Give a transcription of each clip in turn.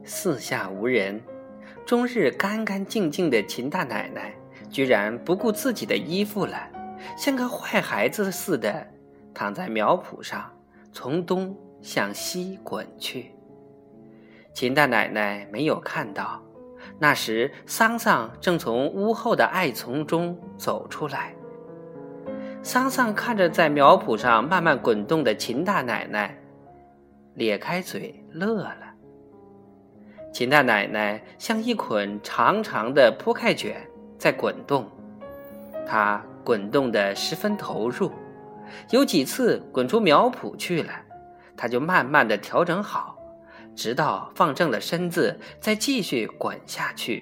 四下无人，终日干干净净的秦大奶奶居然不顾自己的衣服了，像个坏孩子似的躺在苗圃上，从东向西滚去。秦大奶奶没有看到，那时桑桑正从屋后的艾丛中走出来。桑桑看着在苗圃上慢慢滚动的秦大奶奶，咧开嘴乐了。秦大奶奶像一捆长长的铺盖卷在滚动，她滚动得十分投入，有几次滚出苗圃去了，她就慢慢地调整好，直到放正了身子，再继续滚下去。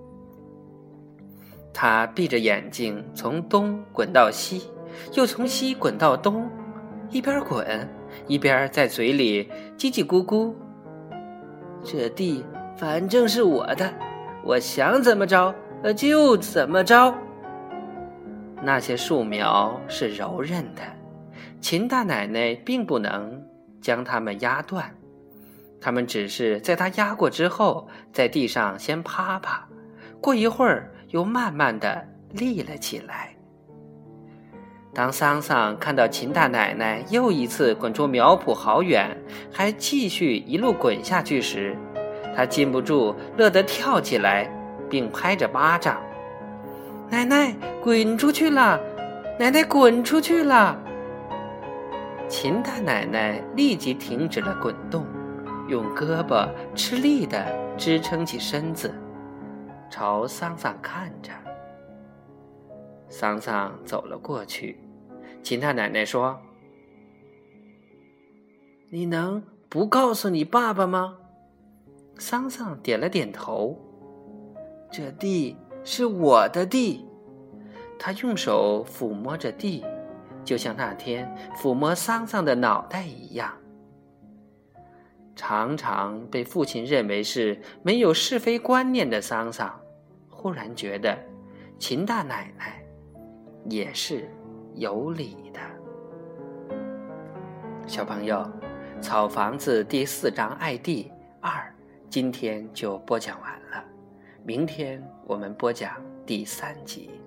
她闭着眼睛从东滚到西，又从西滚到东，一边滚一边在嘴里叽叽咕咕：这地反正是我的，我想怎么着就怎么着。那些树苗是柔韧的，秦大奶奶并不能将它们压断，它们只是在它压过之后，在地上先趴趴，过一会儿又慢慢地立了起来。当桑桑看到秦大奶奶又一次滚出苗圃好远，还继续一路滚下去时，他禁不住乐得跳起来，并拍着巴掌：奶奶滚出去了，奶奶滚出去了。秦大奶奶立即停止了滚动，用胳膊吃力地支撑起身子，朝桑桑看着。桑桑走了过去，秦大奶奶说：你能不告诉你爸爸吗？桑桑点了点头。这地是我的地。他用手抚摸着地，就像那天抚摸桑桑的脑袋一样。常常被父亲认为是没有是非观念的桑桑，忽然觉得秦大奶奶也是有理的。小朋友，草房子第4章爱地2今天就播讲完了，明天我们播讲第3集。